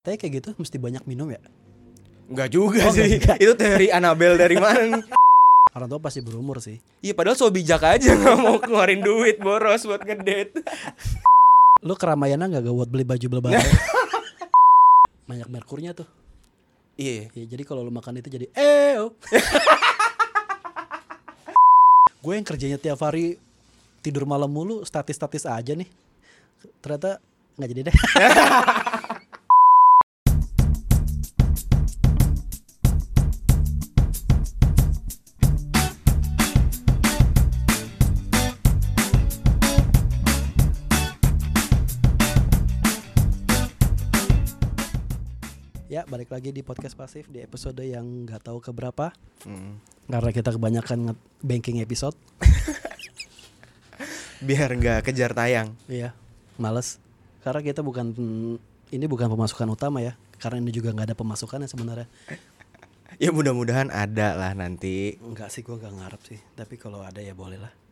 Tapi kayak gitu mesti banyak minum ya? Enggak juga Oh, sih. enggak. Itu teori Annabelle dari mana nih? Orang tua pasti berumur sih. Iya padahal so bijak aja gak mau ngeluarin duit boros buat ngedate. Lu keramaian gak buat beli baju lebaran? Banyak merkurnya tuh. Iya. Ya, jadi kalau lu makan itu jadi Gue yang kerjanya tiap hari tidur malam mulu, statis-statis aja nih. Ternyata gak jadi deh. Ya, balik lagi di podcast pasif di episode yang gak tahu keberapa. Karena kita kebanyakan banking episode. Biar gak kejar tayang. Iya, males. Karena kita ini bukan pemasukan utama ya. Karena ini juga gak ada pemasukannya sebenarnya. Ya mudah-mudahan ada lah nanti. Enggak sih, gue gak ngarep sih. Tapi kalau ada ya boleh lah.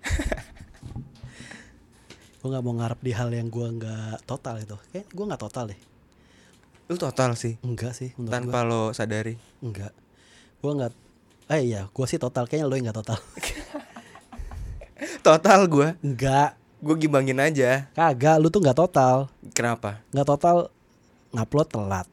Gue gak mau ngarep di hal yang gue gak total itu. Kayak gue gak total deh. Lu total sih. Enggak sih menurut Tanpa gua. lo sadari. Enggak. Gue gak. Iya, gue sih total. Kayaknya lo yang gak total. Total gue. Enggak. Gue gimbangin aja. Kagak, lu tuh gak total. Kenapa? Gak total. Ngupload telat.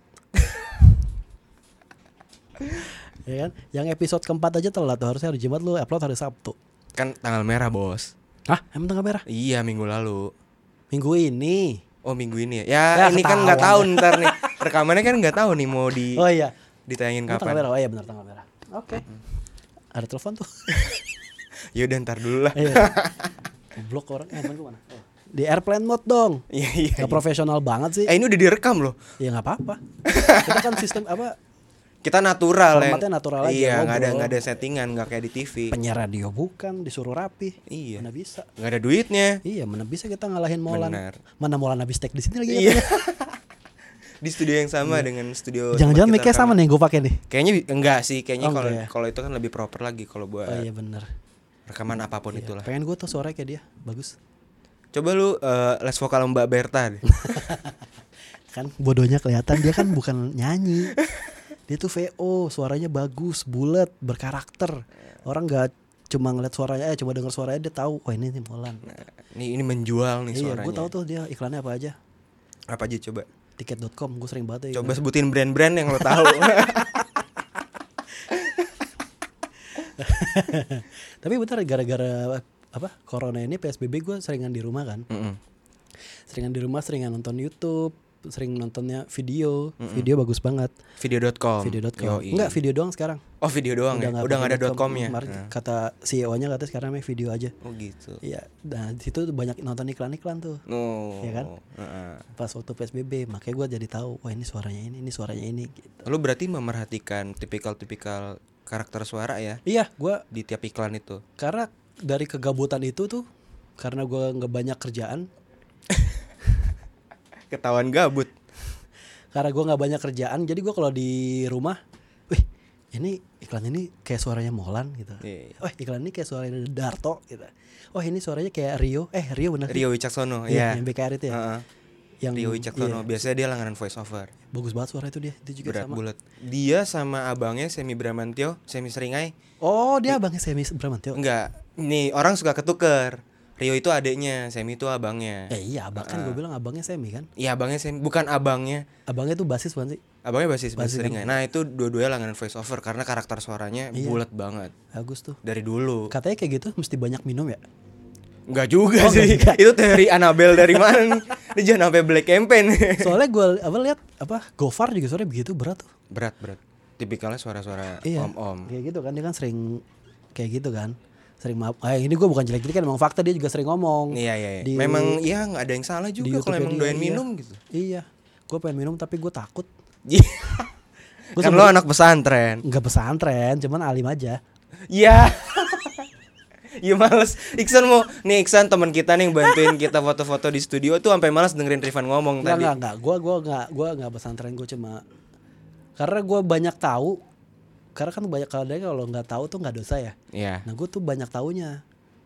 Ya kan? Yang episode keempat aja telat tuh. Harusnya hari Jumat, lu upload hari Sabtu. Kan tanggal merah bos. Hah? Emang tanggal merah? Iya minggu lalu. Minggu ini. Oh minggu ini ya. Ya ini kan gak tahu ntar nih. Rekamannya kan gak tahu nih mau Oh iya, ditayangin tanggal kapan. merah. Oh iya benar tanggal merah. Oke. Ada telepon tuh. Yaudah ntar dulu lah. Blok orang. Mana? Oh. Di airplane mode dong. Iya. Gak profesional banget sih. Ini udah direkam loh. Ya nggak apa-apa. Kita kan sistem apa? Kita natural ya. Formatnya natural aja. Iya ngobrol. nggak ada settingan, nggak kayak di TV. Penyiar radio bukan disuruh rapi. Iya. Mana bisa? Nggak ada duitnya. Iya, mana bisa kita ngalahin Molan. Benar. Mana Molan habis take di sini lagi. Iya. Di studio yang sama dengan studio. Jangan-jangan tempat mic-nya kita sama rekaman. nih yang gue pakai nih. Kayaknya enggak sih. Kayaknya Oh, kalau enggak ya? kalau itu kan lebih proper lagi kalau buat Oh iya benar. rekaman apapun Iya. itulah. Pengen gue tuh suaranya kayak dia, bagus. Coba lu les vokal Mbak Berta deh. Kan bodohnya kelihatan dia kan bukan nyanyi. Dia tuh VO, suaranya bagus, bulat, berkarakter. Orang nggak cuma ngeliat suaranya, cuma denger suaranya dia tahu, wah ini Molan. Nah, ini menjual nih Iya, suaranya. gue tahu tuh dia iklannya apa aja. Apa aja coba? Tiket.com, gue sering banget ya. Coba sebutin brand-brand yang lo tahu. Tapi bentar gara-gara apa? Corona ini PSBB gue seringan di rumah kan. Seringan di rumah, seringan nonton YouTube, sering nontonnya video. Video bagus banget. Video.com. Video.com. Yoi. Enggak, video doang sekarang. Oh video doang ya? Udah gak ada .com-nya? Kemarin kata CEO-nya katanya sekarang namanya video aja. Oh gitu. Iya, nah di situ banyak nonton iklan-iklan tuh. Oh. Iya kan? Pas waktu PSBB, makanya gue jadi tahu, wah ini suaranya ini suaranya ini gitu. Lu berarti memerhatikan tipikal-tipikal karakter suara ya Iya, gue di tiap iklan itu. karena dari kegabutan itu tuh, karena gue nggak banyak kerjaan, Ketahuan gabut. karena gue nggak banyak kerjaan, jadi gue kalau di rumah, wih ini iklan ini kayak suaranya Molan gitu. Iya. Oh iklan ini kayak suaranya Darto gitu. Oh ini suaranya kayak Rio bener sih? Rio Wicaksono Iya, ya. yang BKR itu ya. Yang Rio Wicaksono iya. biasanya dia langganan voice over. Bagus banget suara itu dia. Itu juga Berat sama. bulat. Dia sama abangnya Semi Bramantyo, Semi Seringai. Oh dia abangnya Semi Bramantyo. Enggak. Nih orang suka ketuker. Rio itu adeknya, Semi itu abangnya. Iya abang kan gue bilang abangnya Semi kan. Iya abangnya Semi, bukan abangnya. Abangnya tuh basis bukan sih? Abangnya basis Basis Seringai. kan? Nah itu dua-duanya langganan voice over karena karakter suaranya Iya. bulat banget Bagus tuh. dari dulu. Katanya kayak gitu mesti banyak minum ya. Enggak juga Oh, sih. enggak. Itu teori Annabelle dari mana nih? Dia jangan sampai black campaign. Soalnya gue lihat Gofar juga suaranya begitu berat tuh. berat. Tipikalnya suara-suara Iya. om-om. Kayak gitu kan dia kan sering kayak gitu kan. Sering maaf. Ini gue bukan jelek-jelek kan emang fakta dia juga sering ngomong. Iya. Di- Memang ya nggak ada yang salah di juga kalau YouTube-nya emang dia, doyan iya. minum gitu. Iya. Gue pengen minum tapi gue takut. Gua Kan lo sebenernya anak pesantren. nggak pesantren, cuman alim aja. Iya. Iya males. Iksan teman kita nih yang bantuin kita foto-foto di studio tuh sampai males dengerin Rifan ngomong tadi. Enggak. Gue nggak pesantren, gue cuma karena gue banyak tahu. Karena kan banyak kalau nggak tahu tuh nggak dosa ya. Iya. Nah gue tuh banyak taunya.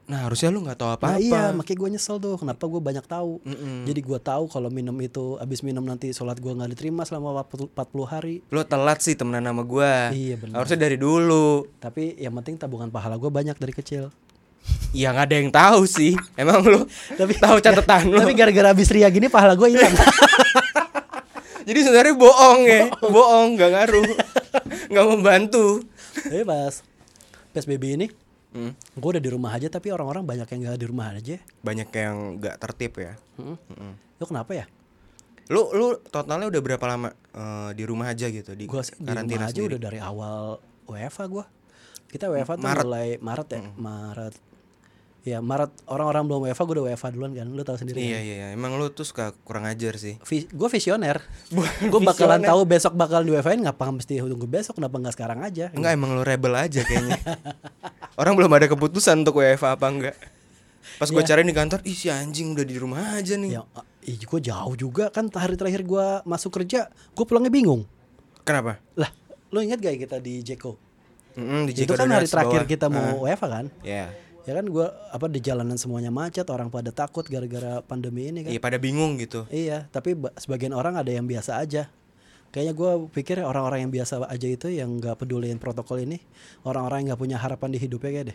Nah harusnya lu nggak tahu apa-apa. Nah iya, makanya gue nyesel tuh kenapa gue banyak tahu. Mm-mm. Jadi gue tahu kalau minum itu abis minum nanti sholat gue nggak diterima selama 40 hari. Lu telat sih temenan sama gua. Iya, benar. Harusnya dari dulu. Tapi yang penting tabungan pahala gue banyak dari kecil. Ya nggak ada yang tahu sih. Emang lu Tapi tahu catatan lu. Tapi gara-gara abis ria gini pahala gue hilang. Jadi sebenarnya bohong ya, bohong, nggak ngaruh, nggak membantu. Tapi pas PSBB ini, gue udah di rumah aja tapi orang-orang banyak yang nggak di rumah aja. Banyak yang nggak tertib ya. Itu kenapa ya? Lu totalnya udah berapa lama di rumah aja gitu di Gue di karantina rumah aja sendiri? udah dari awal WFA gue. Kita WFA tuh Maret. mulai Maret ya, Maret. Ya Maret, orang-orang belum WFA, gue udah WFA duluan kan, lu tahu sendiri. Iya kan? iya, emang lu tuh suka kurang ajar sih. Gue visioner. Gue bakalan tahu besok bakal di WFA-in, ngapa mesti tunggu besok, kenapa nggak sekarang aja? Enggak, emang lu rebel aja kayaknya. Orang belum ada keputusan untuk WFA apa enggak. Pas gue cariin di kantor, ih si anjing udah di rumah aja nih. Ya, gue jauh juga kan, hari terakhir gue masuk kerja, gue pulangnya bingung. Kenapa? Lah, lu ingat gak kita di Jeko? Di Itu Jika kan hari Donuts terakhir bawah. kita mau WFA kan? Iya. Ya kan gue di jalanan semuanya macet, orang pada takut gara-gara pandemi ini kan. Iya pada bingung gitu. Iya, tapi sebagian orang ada yang biasa aja. Kayaknya gue pikir orang-orang yang biasa aja itu yang nggak peduliin protokol ini, orang-orang yang nggak punya harapan di hidupnya kayak deh.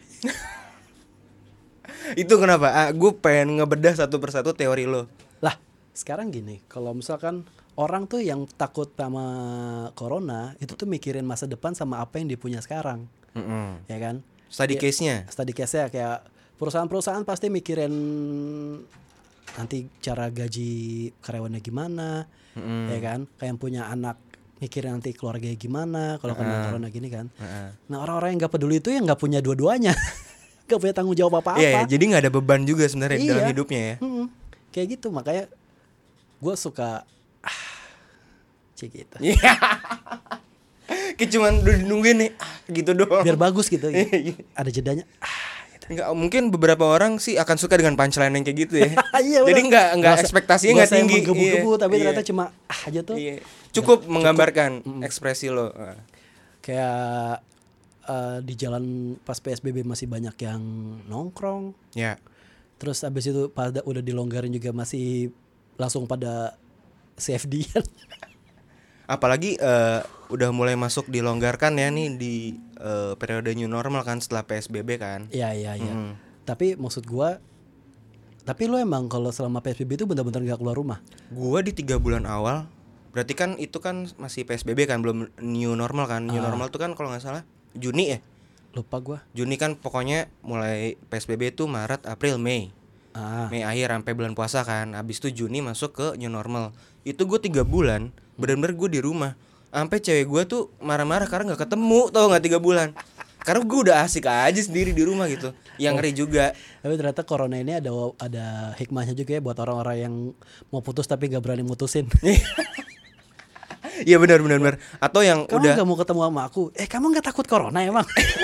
Itu kenapa? Gue pengen ngebedah satu persatu teori lo. Lah, sekarang gini, kalau misalkan orang tuh yang takut sama corona itu tuh mikirin masa depan sama apa yang dia punya sekarang, ya kan? Study case-nya. Study case-nya kayak perusahaan-perusahaan pasti mikirin nanti cara gaji karyawannya gimana, ya kan? Kayak yang punya anak mikirin nanti keluarganya gimana kalau kena corona gini kan. Nah orang-orang yang nggak peduli itu yang nggak punya dua-duanya, nggak punya tanggung jawab apa-apa. Iya, jadi nggak ada beban juga sebenarnya Iya. dalam hidupnya ya. Kayak gitu, makanya gue suka gitu. Iya. Kayak cuman nungguin nih gitu doang. Biar bagus gitu. Iya. Ada jedanya. Enggak, mungkin beberapa orang sih akan suka dengan punchline yang kayak gitu ya. Iya, jadi enggak ekspektasinya enggak tinggi. Menggebu-gebu Iya. tapi Iya. ternyata cuma aja tuh. Iya. Cukup menggambarkan ekspresi lo. Kayak di jalan pas PSBB masih banyak yang nongkrong. Ya. Terus abis itu pada udah dilonggarin juga masih langsung pada CFD kan. Apalagi udah mulai masuk dilonggarkan ya nih di periode new normal kan setelah PSBB kan. Iya. Tapi maksud gua, tapi lo emang kalau selama PSBB itu benar-benar gak keluar rumah? Gua di 3 bulan awal, berarti kan itu kan masih PSBB kan, belum new normal kan. New normal tuh kan kalau nggak salah Juni ya. Lupa gua. Juni kan pokoknya mulai PSBB itu Maret, April, Mei. Mei akhir sampai bulan puasa kan. Habis itu Juni masuk ke new normal. Itu gue 3 bulan bener-bener gue di rumah. Sampai cewek gue tuh marah-marah karena nggak ketemu, tau nggak 3 bulan. Karena gue udah asik aja sendiri di rumah gitu. Yang ngeri juga. Tapi ternyata corona ini ada hikmahnya juga ya buat orang-orang yang mau putus tapi gak berani mutusin. Iya benar. Atau yang Kamu udah gak mau ketemu sama aku? Kamu gak takut corona emang?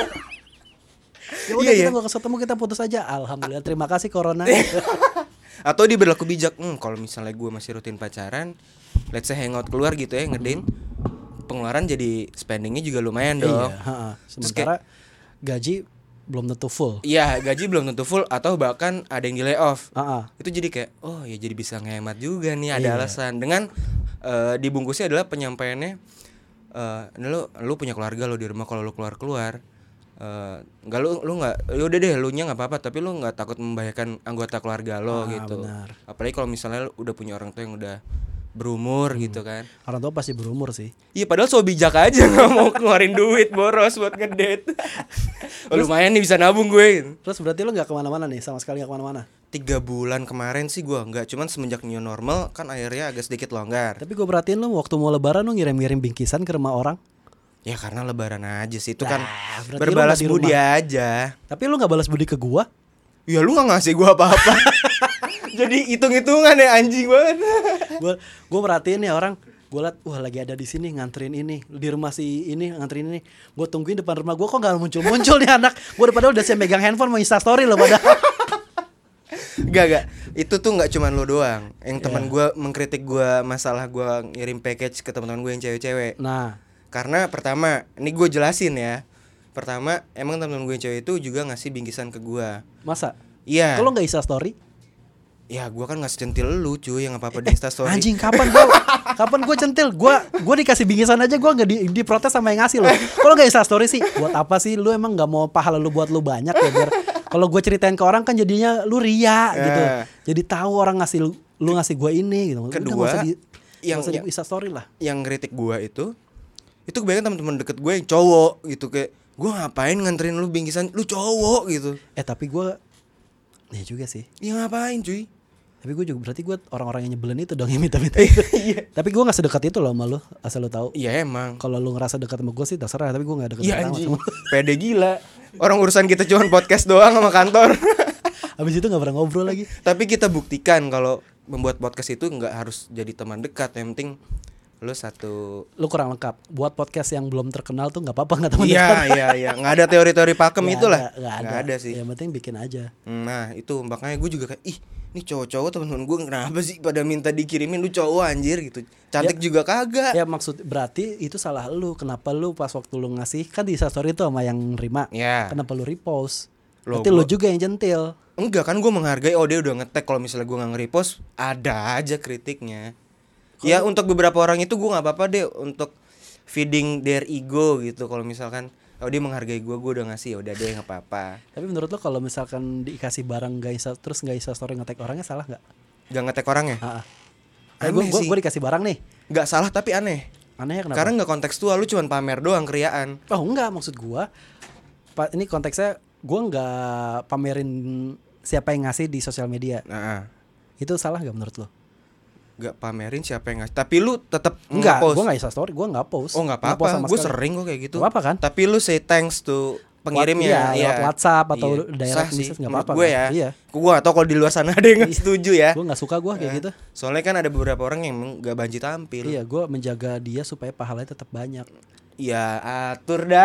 Ya udah Iya, kita gak ketemu, kita putus aja. Alhamdulillah, terima kasih corona. atau dia berlaku bijak. Kalau misalnya gue masih rutin pacaran, let's say hangout keluar gitu ya, ngedate, pengeluaran jadi spendingnya juga lumayan dong. Iya, sementara gaji belum tentu full. Iya, gaji belum tentu full atau bahkan ada yang di layoff. Ah. Itu jadi kayak oh ya jadi bisa ngehemat juga nih, ada Iya. alasan. Dengan dibungkusnya adalah penyampaiannya lu punya keluarga lo di rumah, kalau lu keluar nggak lu nggak, ya udah deh lu nya nggak apa-apa, tapi lu nggak takut membahayakan anggota keluarga lo gitu. Benar. Apalagi kalau misalnya lu udah punya orang tua yang udah berumur gitu kan. Orang tua pasti berumur sih. Iya padahal so bijak aja nggak mau keluarin duit boros buat ngedate. Lumayan nih bisa nabung gue. Terus berarti lo gak kemana-mana nih, sama sekali gak kemana-mana? 3 bulan kemarin sih gue nggak, cuman semenjak new normal kan akhirnya agak sedikit longgar. Tapi gue perhatiin lo waktu mau lebaran lo ngirim-ngirim bingkisan ke rumah orang. Ya karena lebaran aja sih, itu kan berarti berbalas lo nggak di budi rumah. aja. Tapi lo gak balas budi ke gua. Ya lu nggak ngasih gue apa-apa. Jadi hitung-hitungan ya anjing banget. Gue perhatiin ya orang, gue liat wah lagi ada di sini nganterin ini di rumah si ini nganterin ini. Gue tungguin depan rumah gue kok nggak muncul nih anak. Gue padahal udah saya megang handphone mau instastory loh pada. Gak. Itu tuh nggak cuman lo doang. Yang teman gue mengkritik gue masalah gue ngirim package ke teman-teman gue yang cewek-cewek. Nah, Karena pertama, ini gue jelasin ya. Pertama, emang teman-teman gue yang cewek itu juga ngasih bingkisan ke gue. Masa? Iya. Kalau nggak Insta story? Ya gue kan nggak secentil lu cuy yang apa-apa di Insta story. Anjing, kapan gue centil? Gue dikasih bingkisan aja gue nggak diprotes sama yang ngasih loh. Kalau nggak Insta story sih, buat apa sih? Lu emang nggak mau pahala lu buat lu banyak ya biar kalau gue ceritain ke orang kan jadinya lu ria gitu. Jadi tahu orang ngasih lu ngasih gue ini gitu. Kedua, yang di Insta story lah. Yang ngeritik gue itu kebanyakan teman-teman deket gue yang cowok gitu, kayak gue ngapain nganterin lu bingkisan, lu cowok gitu. Tapi gue ya juga sih. Ya ngapain cuy? Tapi gue juga berarti gue orang-orang yang nyebelin itu dong yang minta-minta itu. Tapi gue gak sedekat itu loh sama lu, asal lu tahu. Iya emang. Kalau lu ngerasa dekat sama gue sih terserah, tapi gue gak dekat sama lu. Pede gila. Orang urusan kita cuma podcast doang sama kantor. Habis itu gak pernah ngobrol lagi. Tapi kita buktikan kalau membuat podcast itu gak harus jadi teman dekat. Yang penting lu kurang lengkap. Buat podcast yang belum terkenal tuh gak apa-apa gak teman dekat. Iya. Gak ada teori-teori pakem itulah. Gak ada sih. Yang penting bikin aja. Nah itu makanya gue juga kayak ini cowok-cowok teman-teman gue kenapa sih pada minta dikirimin, lu cowok anjir gitu. Cantik juga kagak. Ya maksud berarti itu salah lu. Kenapa lu pas waktu lu ngasih kan di story itu sama yang nerima. Ya. Kenapa lu repost? Berarti lu juga yang jentil. Enggak kan, gue menghargai. Dia udah nge-tag. Kalau misalnya gue nggak nge-repost ada aja kritiknya. Ya untuk beberapa orang itu gue nggak apa-apa deh untuk feeding their ego gitu. Kalau misalkan dia menghargai gue udah ngasih, ya udah deh nggak apa-apa. Tapi menurut lo kalau misalkan dikasih barang terus nggak Insta story nge-tag orangnya salah nggak? Nggak nge-tag orangnya? Gue dikasih barang nih. Nggak salah tapi aneh. Anehnya kenapa? Karena nggak kontekstual, lu cuma pamer doang keriaan. Oh enggak, maksud gue ini konteksnya gue nggak pamerin siapa yang ngasih di sosial media. Itu salah nggak menurut lo? Gak pamerin siapa yang ngasih, tapi lu tetap enggak, gue nggak Insta story, gue nggak post. Oh nggak apa-apa, gue sering kok kayak gitu. Gak apa kan? Tapi lu say thanks to pengirimnya, lewat WhatsApp atau direct message nggak apa-apa. Gue kan? ya, gue atau kalau di luar sana ada yang nggak setuju ya. Gue nggak suka gue kayak gitu. Soalnya kan ada beberapa orang yang nggak banci tampil. Iya, gue menjaga dia supaya pahalanya tetap banyak. Iya, atur dah.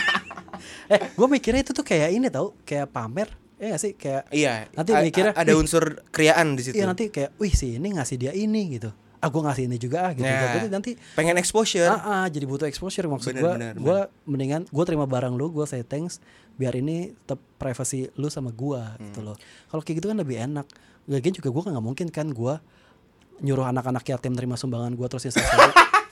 Gue mikirnya itu tuh kayak ini tau, kayak pamer. Gak sih kayak nanti mikirnya ada unsur kriaan di situ. Iya nanti kayak si ini ngasih dia ini gitu. Gue ngasih ini juga gitu. Jadi nanti pengen exposure. Jadi butuh exposure maksud gue mendingan gue terima barang lu, gue say thanks biar ini tetap privasi lu sama gue gitu loh. Kalau kayak gitu kan lebih enak. Lagian juga gue kan nggak mungkin kan gue nyuruh anak-anak yatim terima sumbangan gue terus Instastory.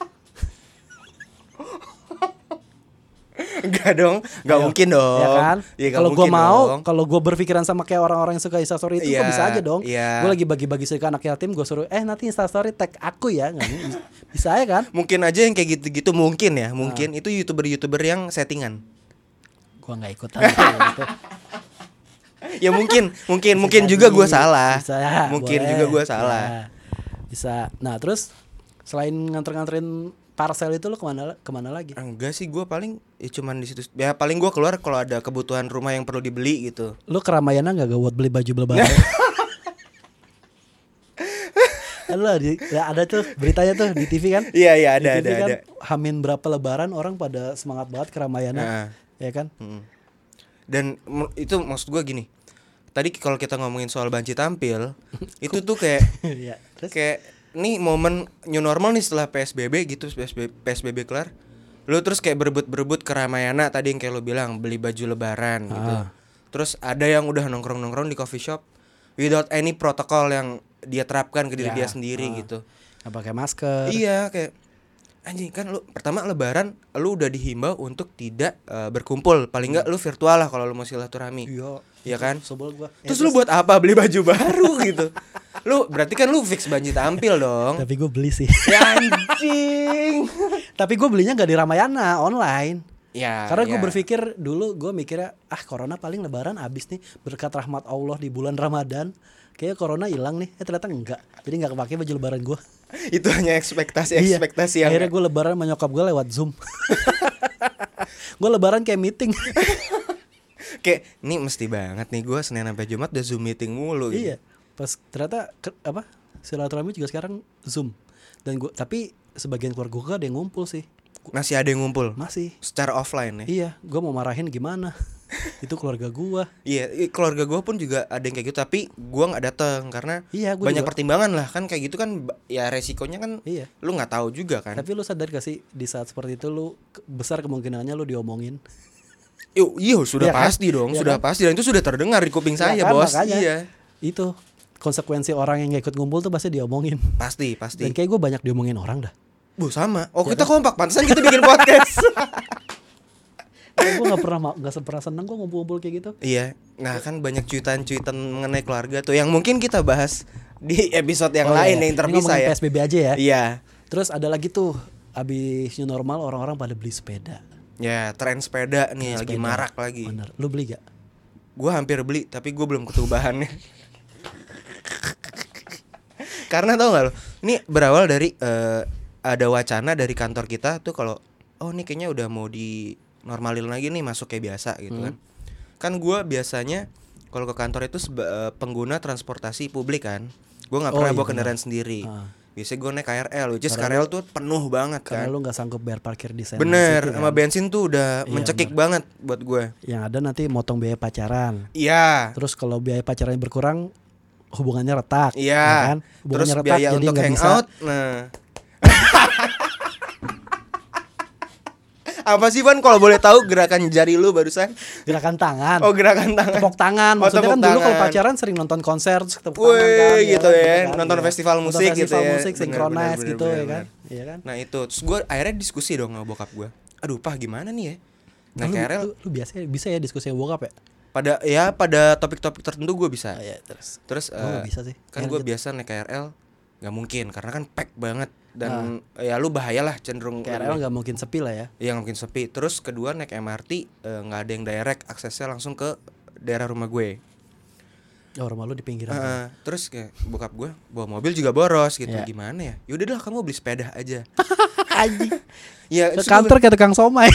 Enggak dong, enggak mungkin dong. Ya kan? Ya, kalau gue mau, kalau gue berpikiran sama kayak orang-orang yang suka Instastory itu, gue bisa aja dong. Gue lagi bagi-bagi ke anak yatim, gue suruh nanti Instastory tag aku ya, nggak bisa ya kan? Mungkin aja yang kayak gitu-gitu mungkin ya, mungkin itu youtuber yang settingan. Gue nggak ikutan gitu. Ya mungkin juga gue salah. Bisa, mungkin boleh. juga gue salah. Ya, bisa. Nah terus selain nganter-nganterin parcel itu lo kemana lagi? Enggak sih, gue paling cuman di situ. Ya paling gue keluar kalau ada kebutuhan rumah yang perlu dibeli gitu. Lo keramaian nggak buat beli baju lebaran? Ada tuh beritanya tuh di TV kan? Iya ada. Kan, Hamin berapa lebaran orang pada semangat banget keramaiannya, ya kan? Dan itu maksud gue gini. Tadi kalau kita ngomongin soal banci tampil, itu tuh kayak kayak nih momen new normal nih setelah PSBB gitu, PSBB kelar. Lu terus kayak berebut keramaiana tadi yang kayak lu bilang, beli baju lebaran gitu. Terus ada yang udah nongkrong-nongkrong di coffee shop without any protokol yang dia terapkan ke diri dia sendiri gitu. Nggak pakai masker. Iya, kayak anjing kan lu pertama lebaran lu udah dihimbau untuk tidak berkumpul, paling enggak lu virtual lah kalau lu mau silaturahmi. Iya kan? Terus lu buat apa beli baju baru gitu? Lu berarti kan lu fix banci tampil dong. Tapi gue beli sih. Ya anjing. Tapi gue belinya nggak di Ramayana, online. Ya. Karena gue berpikir dulu gue mikirnya corona paling lebaran abis nih, berkat rahmat Allah di bulan Ramadan. Kayaknya corona hilang nih. Ternyata enggak. Jadi nggak kepake baju lebaran gue. Itu hanya ekspektasi yang. Akhirnya gue lebaran sama nyokap gue lewat Zoom. Gue lebaran kayak meeting. Kayak ini mesti banget nih gue Senin sampai Jumat udah Zoom meeting mulu gitu. Iya. Pas ternyata silaturahmi juga sekarang Zoom. Dan gue tapi sebagian keluarga gue ada yang ngumpul sih. Masih ada yang ngumpul? Masih. Secara offline ya? Iya, gue mau marahin gimana? Itu keluarga gue. Iya, keluarga gue pun juga ada yang kayak gitu. Tapi gue gak dateng karena banyak juga pertimbangan lah. Kan kayak gitu kan ya resikonya kan lu gak tahu juga kan. Tapi lu sadar gak sih di saat seperti itu lu besar kemungkinannya lu diomongin. Iya sudah Iya kan? pasti dong, Iya sudah kan? pasti, dan itu sudah terdengar di kuping saya, kan, bos. makanya. Iya. Itu konsekuensi orang yang gak ikut ngumpul tuh pasti diomongin. Pasti. Dan kayak gue banyak diomongin orang dah. Bu sama. Oh kita kompak, pantesan kita bikin podcast. Gue gak pernah seneng gue ngumpul-ngumpul kayak gitu. Iya. Nah kan banyak cuitan-cuitan mengenai keluarga tuh yang mungkin kita bahas di episode yang lain yang terpisah ya. PSBB aja ya. Iya. Terus ada lagi tuh, abis new normal orang-orang pada beli sepeda. Ya tren sepeda nih lagi marak lagi. Bener. Lu beli gak? Gue hampir beli tapi gue belum ketemu bahannya. Karena tau gak lo, ini berawal dari ada wacana dari kantor kita tuh kalau ini kayaknya udah mau dinormalin lagi nih, masuk kayak biasa gitu kan. Kan gue biasanya kalau ke kantor itu pengguna transportasi publik kan. Gue nggak pernah bawa kendaraan sendiri. Biasanya gue naik KRL, which is KRL tuh penuh banget kan. Karena lu gak sanggup bayar parkir di sana. Bener, sama bensin tuh udah mencekik banget buat gue. Yang ada nanti motong biaya pacaran. Iya. Terus kalau biaya pacarannya berkurang, hubungannya retak. Iya. Ya kan? Terus Hubungannya biaya jadi untuk nggak hangout. Nah. Apa sih Van kalau boleh tahu gerakan jari lu barusan? Gerakan tangan. Oh gerakan tangan. Tepuk tangan. Maksudnya kan dulu kalau pacaran sering nonton konser terus tepuk tangan kan. Gitu ya. Kan? Nonton festival musik gitu ya. Festival musik synchronize gitu ya kan. Iya kan. Nah itu terus gue akhirnya diskusi dong sama bokap gue. Aduh Pak gimana nih ya? Nah KRL lu biasa bisa ya diskusi sama bokap ya? Pada topik-topik tertentu gue bisa. Iya, terus gue gak bisa sih. Kan gue biasa naik KRL nggak mungkin karena kan pack banget dan ya lu bahayalah cenderung KRL nggak mungkin sepi lah ya. Iya nggak mungkin sepi. Terus kedua naik MRT nggak ada yang direct, aksesnya langsung ke daerah rumah gue. Oh rumah lu di pinggiran. Terus kayak bokap gue bawa mobil juga boros gitu. Gimana ya? Yaudah dah kamu beli sepeda aja. Anjing. Ya ke kantor kayak tukang somai.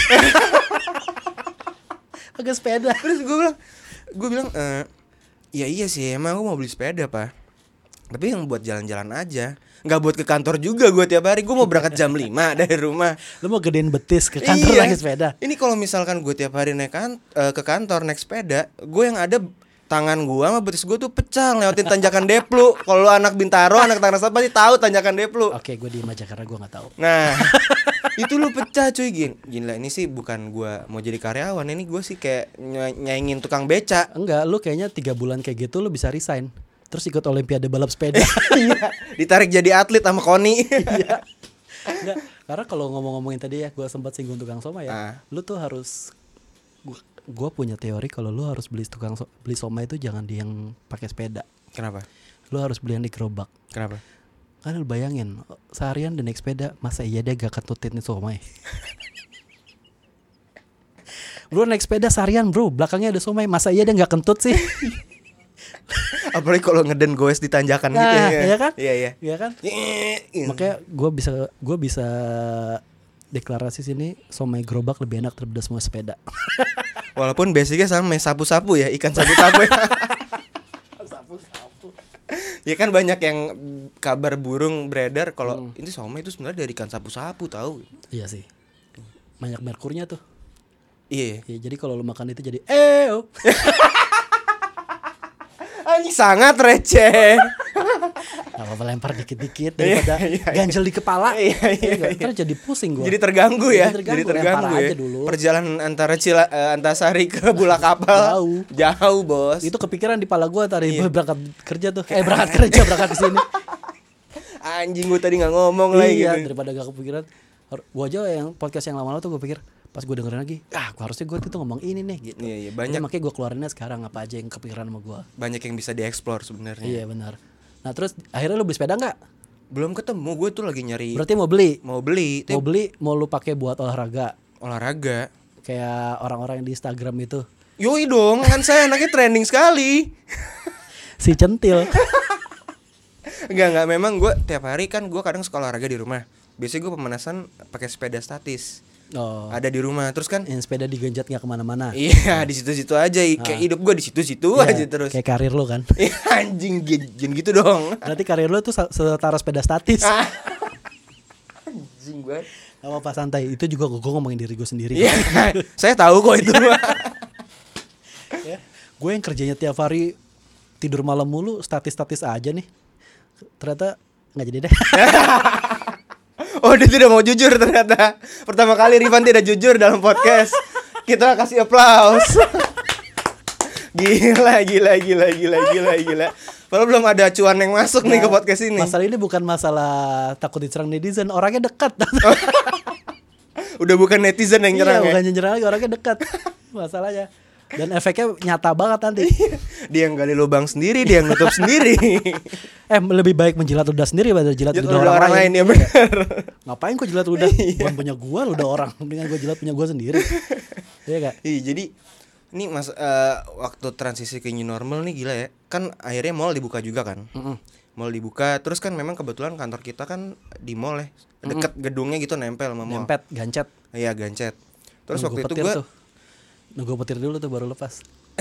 Pakai sepeda. Terus gue bilang ya iya sih emang aku mau beli sepeda Pak. Tapi yang buat jalan-jalan aja, nggak buat ke kantor juga gue tiap hari. Gue mau berangkat jam 5 dari rumah. Lu mau gedein betis ke kantor naik sepeda. Ini kalau misalkan gue tiap hari ke kantor naik sepeda, gue yang ada tangan gue sama betis gue tuh pecah lewatin tanjakan Deplu. Kalau lu anak Bintaro, anak Tangerang Selatan pasti tahu tanjakan Deplu. Oke, gue diem aja karena gue nggak tahu. Nah, itu lu pecah cuy. Gila ini sih bukan gue mau jadi karyawan, ini gue sih kayak nyaingin tukang beca. Enggak, lu kayaknya 3 bulan kayak gitu lu bisa resign. Terus ikut olimpiade balap sepeda. Iya. Ditarik jadi atlet sama Koni. Iya. Enggak, karena kalau ngomong-ngomongin tadi ya, gue sempat singgung tukang somai ya. Lu tuh harus gue punya teori kalau lu harus beli somai itu jangan di yang pakai sepeda. Kenapa? Lu harus beli yang di gerobak. Kenapa? Kan lu bayangin seharian dia naik sepeda, masa iya dia gak ketutin nih somai. Bro naik sepeda seharian bro, belakangnya ada somai, masa iya dia gak kentut sih. Apalagi kalau ngeden goes di tanjakan gitu ya. Iya kan? Iya kan? Makanya gue bisa deklarasi sini somai gerobak lebih enak daripada semua sepeda. Walaupun basicnya sama sapu-sapu ya, ikan sapu-sapu ya. Sapu-sapu. Ya kan banyak yang kabar burung beredar kalau ini somai itu sebenarnya dari ikan sapu-sapu tahu. Iya sih. Banyak merkurnya tuh. Iya. Ya, jadi kalau lu makan itu jadi Anjing sangat receh. Gak apa-apa lempar dikit-dikit daripada ganjel di kepala. Ntar jadi pusing gue. Jadi terganggu ya. Jadi terganggu ya. Aja dulu. Perjalanan antara Antasari ke Bulak Kapal jauh bos. Itu kepikiran di pala gue tadi berangkat kerja tuh. Berangkat ke sini. Anjing gue tadi nggak ngomong lagi. Iya daripada gak kepikiran. Gue aja yang podcast yang lama-lama tuh gue pikir pas gue dengerin lagi, harusnya gue tuh ngomong ini nih gitu. Iya banyak. Jadi, makanya gue keluarinnya sekarang apa aja yang kepikiran sama gue. Banyak yang bisa dieksplor sebenarnya. Iya benar. Nah terus akhirnya lu beli sepeda nggak? Belum ketemu, gue tuh lagi nyari. Berarti mau beli? Mau lu pakai buat olahraga? Kayak orang-orang yang di Instagram itu. Yoi dong, kan saya anaknya trending sekali. Si centil. Enggak, memang gue tiap hari kan gue kadang suka olahraga di rumah. Biasanya gue pemanasan pakai sepeda statis. Ada di rumah terus kan yang sepeda digenjat nggak kemana-mana. Iya di situ-situ aja kayak hidup gue di situ-situ aja terus. Kayak karir lo kan. Anjing jangan gitu dong. Berarti karir lo tuh setara sepeda statis. Anjing gue. Gak apa-apa santai. Itu juga gue ngomongin diri gue sendiri. Iya. Saya tahu kok itu. Ya, gue yang kerjanya tiap hari tidur malam mulu statis-statis aja nih. Ternyata nggak jadi deh. Oh dia tidak mau jujur ternyata. Pertama kali Rifan tidak jujur dalam podcast. Kita kasih aplaus. Gila. Padahal belum ada cuan yang masuk nih ke podcast ini. Masalah ini bukan masalah takut diserang netizen, orangnya dekat. Udah bukan netizen yang nyerang. Iya, bukan nyerang lagi, orangnya dekat. Masalahnya. Dan efeknya nyata banget nanti. Dia yang gali lubang sendiri, dia yang nutup sendiri. Lebih baik menjilat ludah sendiri daripada jilat ludah orang lain ya benar. Ngapain kok jilat ludah? Bukan punya gua, ludah orang. Mendingan gua jilat punya gua sendiri. Iya gak? Iya, jadi ini waktu transisi ke new normal nih gila ya. Kan akhirnya mall dibuka juga kan. Mall dibuka, terus kan memang kebetulan kantor kita kan di mall ya. Deket gedungnya gitu nempel sama mall. Nempet, gancet. Iya, gancet. Terus Nunggu waktu itu petir gue tuh. Nunggu petir dulu tuh baru lepas.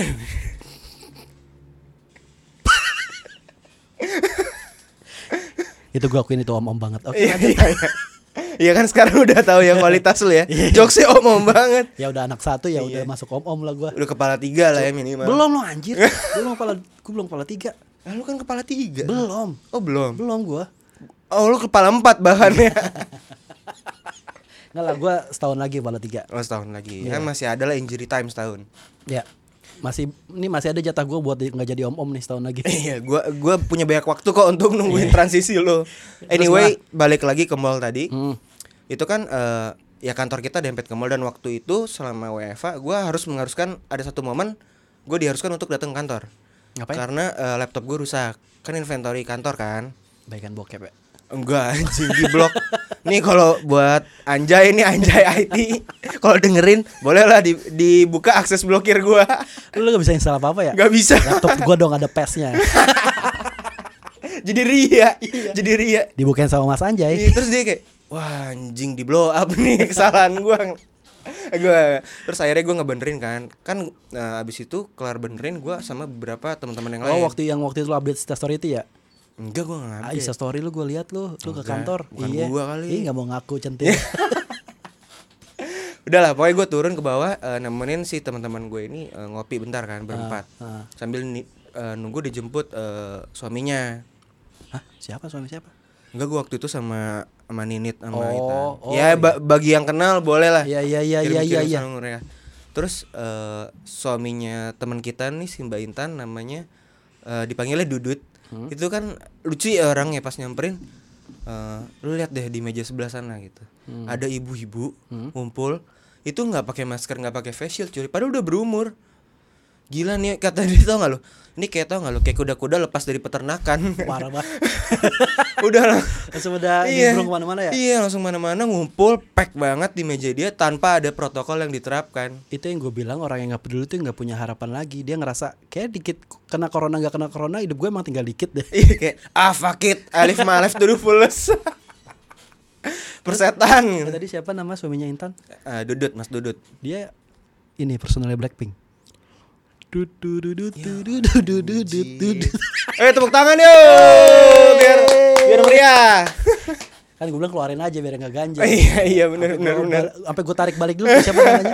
Itu gue akuin itu om-om banget. Oke. Iya kan sekarang udah tahu ya kualitas lu ya. Jokesnya om-om banget. Ya udah anak satu ya udah masuk om-om lah gue. Udah kepala 3 lah ya minimal. Belum lo anjir. Gue belum kepala 3. Lu kan kepala 3. Belum. Oh belum. Belum gue. Oh lu kepala 4 bahannya. Enggak lah, gue setahun lagi kepala 3. Oh setahun lagi. Kan masih ada lah injury time setahun. Ya. Masih ada jatah gue buat nggak jadi om-om nih setahun lagi. Iya, gue punya banyak waktu kok untuk nungguin transisi lo. Anyway, balik lagi ke mall tadi. Itu kan ya kantor kita dempet ke mall, dan waktu itu selama WFA gue mengharuskan ada satu momen gue diharuskan untuk datang ke kantor. Ngapain? Karena laptop gue rusak. Kan inventory kantor kan. Baikan bokep ya. Enggak, anjing di blok. Nih kalau buat Anjay IT, kalau dengerin bolehlah dibuka akses blokir gua. Lu gak bisa install apa-apa ya? Gak bisa. Laptop gua dong ada PES-nya. Jadi ria. Dibukain sama Mas Anjay. Terus dia kayak, wah anjing di blow up nih, kesalahan gua. Terus akhirnya gue ngebenerin kan abis itu kelar benerin gue sama beberapa teman-teman yang lain. Oh waktu itu lo update story itu ya? Enggak, gue gak update. Insta story lu gue lihat lu ke kantor. Bukan iya. Gua kali. Ih gak mau ngaku centil. Udah lah, pokoknya gue turun ke bawah nemenin si teman-teman gue ini ngopi bentar kan berempat. Sambil nunggu dijemput suaminya. Hah? Suami siapa? Enggak, gue waktu itu sama Ninit sama Ita. Oh, ya bagi yang kenal boleh lah. Iya. Terus suaminya teman kita nih si Mbak Intan namanya dipanggilnya Dudut. Itu kan lucu ya orangnya pas nyamperin. Lu lihat deh di meja sebelah sana gitu. Ada ibu-ibu ngumpul. Itu nggak pakai masker, nggak pakai face shield, cuy. Padahal udah berumur. Gila nih, kata dia, tau nggak lu? Ini kayak kayak kuda-kuda lepas dari peternakan. Parah banget. Udah langsung udah nimbrung kemana-mana ya? Iya, langsung mana-mana ngumpul, pack banget di meja dia tanpa ada protokol yang diterapkan. Itu yang gue bilang, orang yang nggak peduli tuh nggak punya harapan lagi. Dia ngerasa kayak dikit kena corona nggak kena corona, hidup gue emang tinggal dikit deh. Iya, kayak fuck it, alif malef to the fullest. Persetan. Tadi siapa nama suaminya Intan? Dudut, Mas Dudut. Dia ini personalnya Blackpink. Tepuk tangan yuk, biar meriah. Kan gue bilang keluarin aja biar nggak ganjel. Iya benar. Sampai gue tarik balik dulu siapa namanya.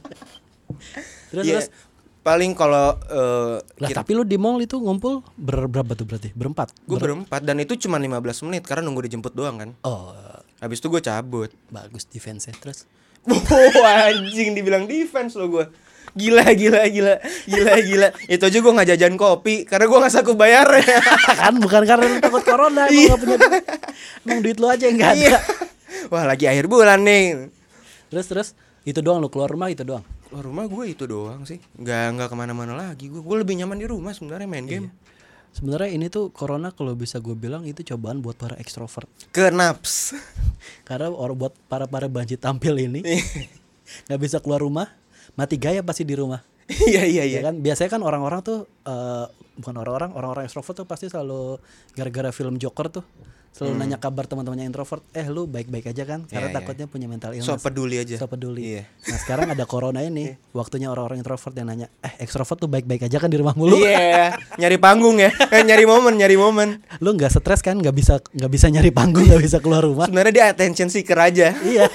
Terus paling kalau tapi lu di mall itu ngumpul berapa tuh berarti? Berempat? Gue berempat, dan itu cuma 15 menit karena nunggu dijemput doang kan. Oh. Habis itu gue cabut. Bagus defense-nya. Terus anjing dibilang defense lo gue. Gila. Itu aja gue gak jajan kopi karena gue gak sanggup bayarnya. Kan bukan karena lu takut corona, emang gak punya duit. Emang duit lu aja yang gak ada. Wah lagi akhir bulan nih. Terus itu doang lu keluar rumah itu doang? Keluar rumah gue itu doang sih. Gak kemana-mana lagi. Gue lebih nyaman di rumah sebenarnya main game. Sebenarnya ini tuh corona kalau bisa gue bilang itu cobaan buat para ekstrovert. Kenaps. Karena buat para banci tampil ini nggak bisa keluar rumah, mati gaya pasti di rumah. Iya. Ya kan biasanya kan orang-orang tuh bukan orang-orang ekstrovert tuh pasti selalu gara-gara film Joker tuh selalu nanya kabar teman-temannya introvert. Lu baik-baik aja kan? Karena takutnya punya mental illness. So peduli aja. Iya. Nah sekarang ada corona ini, waktunya orang-orang introvert yang nanya, ekstrovert tuh baik-baik aja kan di rumah mulu? Iya. Nyari panggung ya, nyari momen. Lu nggak stres kan? Nggak bisa nyari panggung, nggak bisa keluar rumah. Sebenarnya dia attention seeker aja. Iya.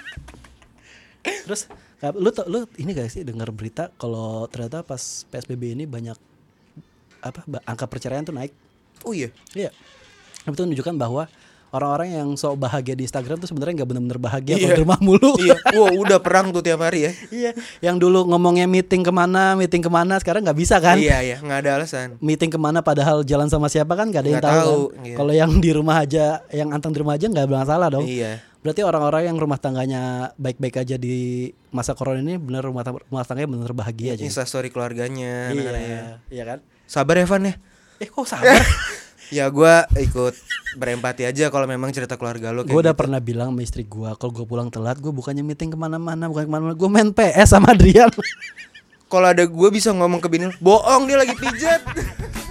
Terus lu ini gak sih dengar berita kalau ternyata pas PSBB ini banyak angka perceraian tuh naik? Oh iya. Iya. Itu menunjukkan bahwa orang-orang yang sok bahagia di Instagram tuh sebenarnya nggak benar-benar bahagia Iya. kalau di rumah mulu. Iya, wow udah perang tuh tiap hari ya. Iya, yang dulu ngomongnya meeting kemana, sekarang nggak bisa kan? Iya, nggak ada alasan. Meeting kemana padahal jalan sama siapa kan nggak ada yang Nggak tahu. tahu, Kan? iya. Kalau yang di rumah aja, yang anteng di rumah aja nggak masalah dong. Iya. Berarti orang-orang yang rumah tangganya baik-baik aja di masa corona ini bener rumah tangganya bener bahagia aja. Instastory keluarganya, anak-anaknya. Iya, iya kan? Sabar ya Van ya. Kok sabar? Ya gue ikut berempati aja kalau memang cerita keluarga lo kayak Gue udah gitu. pernah bilang sama istri gue, kalau gue pulang telat, gue bukannya meeting kemana-mana, gue main PS sama Adrian. Kalau ada gue bisa ngomong ke bini, bohong dia lagi pijat.